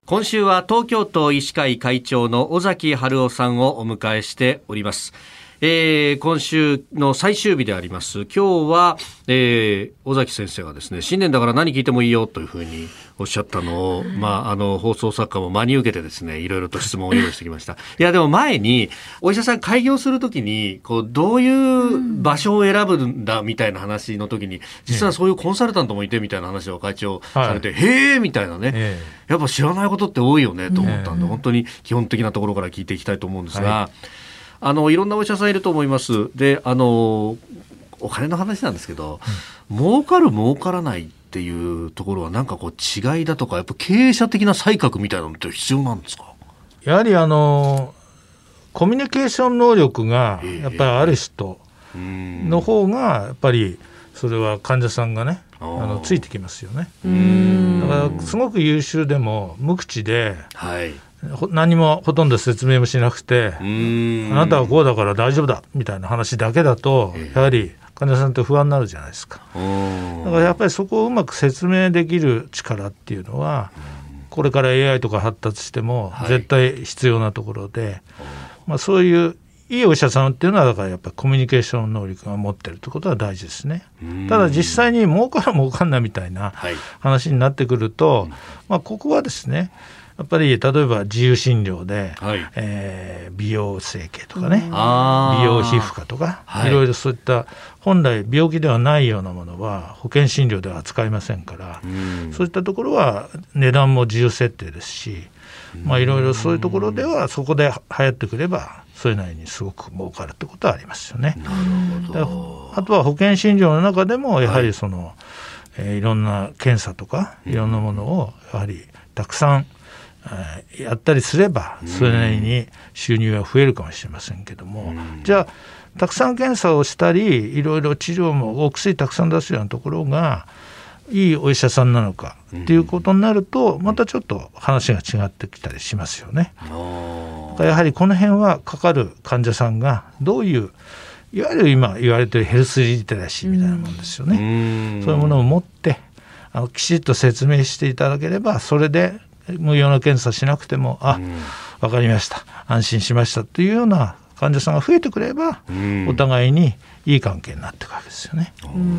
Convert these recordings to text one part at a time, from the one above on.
今週は東京都医師会会長の尾崎治夫さんをお迎えしております。今週の最終日であります今日は、尾崎先生がですね、新年だから何聞いてもいいよというふうにおっしゃったのを、放送作家も真に受けてですね、いろいろと質問を用意してきました。いやでも前にお医者さん開業するときにどういう場所を選ぶんだみたいな話の時に、実はそういうコンサルタントもいてみたいな話を会長されて、へーみたいなね、やっぱ知らないことって多いよねと思ったんで、本当に基本的なところから聞いていきたいと思うんですが、いろんなお医者さんいると思います。で、お金の話なんですけど、儲かる儲からないっていうところはなんか違いだとか、やっぱ経営者的な才覚みたいなのって必要なんですか？ やはりコミュニケーション能力がやっぱりある人の方がやっぱりそれは患者さんがねついてきますよね。だからすごく優秀でも無口で、何もほとんど説明もしなくて、あなたはこうだから大丈夫だみたいな話だけだと、やはり患者さんって不安になるじゃないですか。だからやっぱりそこをうまく説明できる力っていうのは、これから AI とか発達しても絶対必要なところで、そういういいお医者さんっていうのはだからやっぱりコミュニケーション能力が持ってるということは大事ですね。ただ実際に儲かる儲かんないみたいな話になってくると、ここはですね、やっぱり例えば自由診療で、美容整形とかね、美容皮膚科とか、いろいろそういった本来病気ではないようなものは保険診療では扱いませんから、そういったところは値段も自由設定ですし、いろいろそういうところではそこで流行ってくればそれなりにすごく儲かるってことはありますよね。あとは保険診療の中でもやはりいろんな検査とかいろんなものをやはりたくさんやったりすればそれなりに収入は増えるかもしれませんけども、じゃあたくさん検査をしたりいろいろ治療もお薬たくさん出すようなところがいいお医者さんなのかっていうことになると、またちょっと話が違ってきたりしますよね。だからやはりこの辺はかかる患者さんがどういういわゆる今言われているヘルスリテラシーみたいなものですよね。そういうものを持ってきちっと説明していただければ、それで無料の検査しなくても分かりました安心しましたというような患者さんが増えてくれば、お互いにいい関係になっていくわけですよね。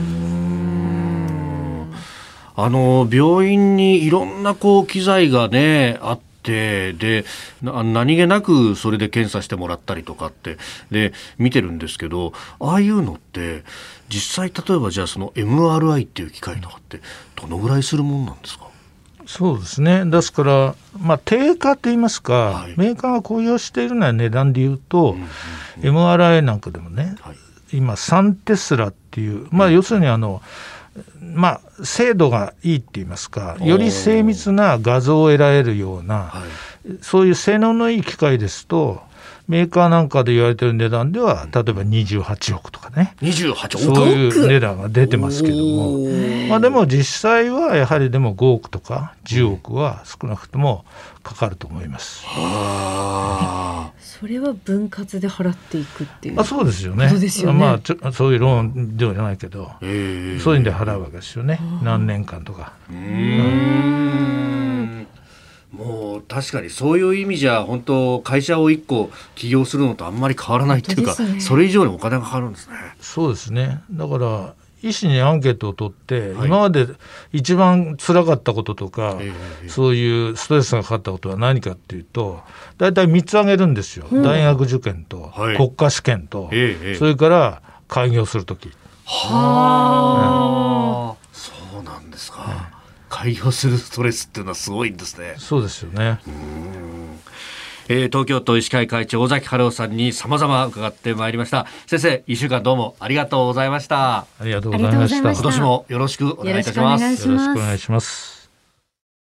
病院にいろんな機材がねあって、で何気なくそれで検査してもらったりとかってで見てるんですけど、ああいうのって実際例えばじゃあその MRI っていう機械とかってどのぐらいするもんなんですか？ そうですね。ですから、定価と言いますか、メーカーが公表しているような値段でいうと、MRI なんかでもね、今3テスラっていう、要するに精度がいいって言いますか、より精密な画像を得られるような、そういう性能のいい機械ですと、メーカーなんかで言われている値段では例えば28億とかね、 28億そういう値段が出てますけども、でも実際はやはりでも5億とか10億は少なくともかかると思います。 それは分割で払っていくっていうそうですよね。そういうローンではないけど、そういう意味で払うわけですよね。何年間とか。 もう確かにそういう意味じゃ本当会社を1個起業するのとあんまり変わらないっていうか、それ以上にお金がかかるんですね。 そうですね。だから医師にアンケートを取って、今まで一番辛かったこととか、そういうストレスがかかったことは何かっていうと、だいたい3つ挙げるんですよ。大学受験と、国家試験と、それから開業するとき。 そうなんですか。開業するストレスっていうのはすごいんですね。 そうですよね。 東京都医師会会長尾崎治夫さんに様々伺ってまいりました。先生、1週間どうもありがとうございました。 ありがとうございました。 今年もよろしくお願いいたします。 よろしくお願いします。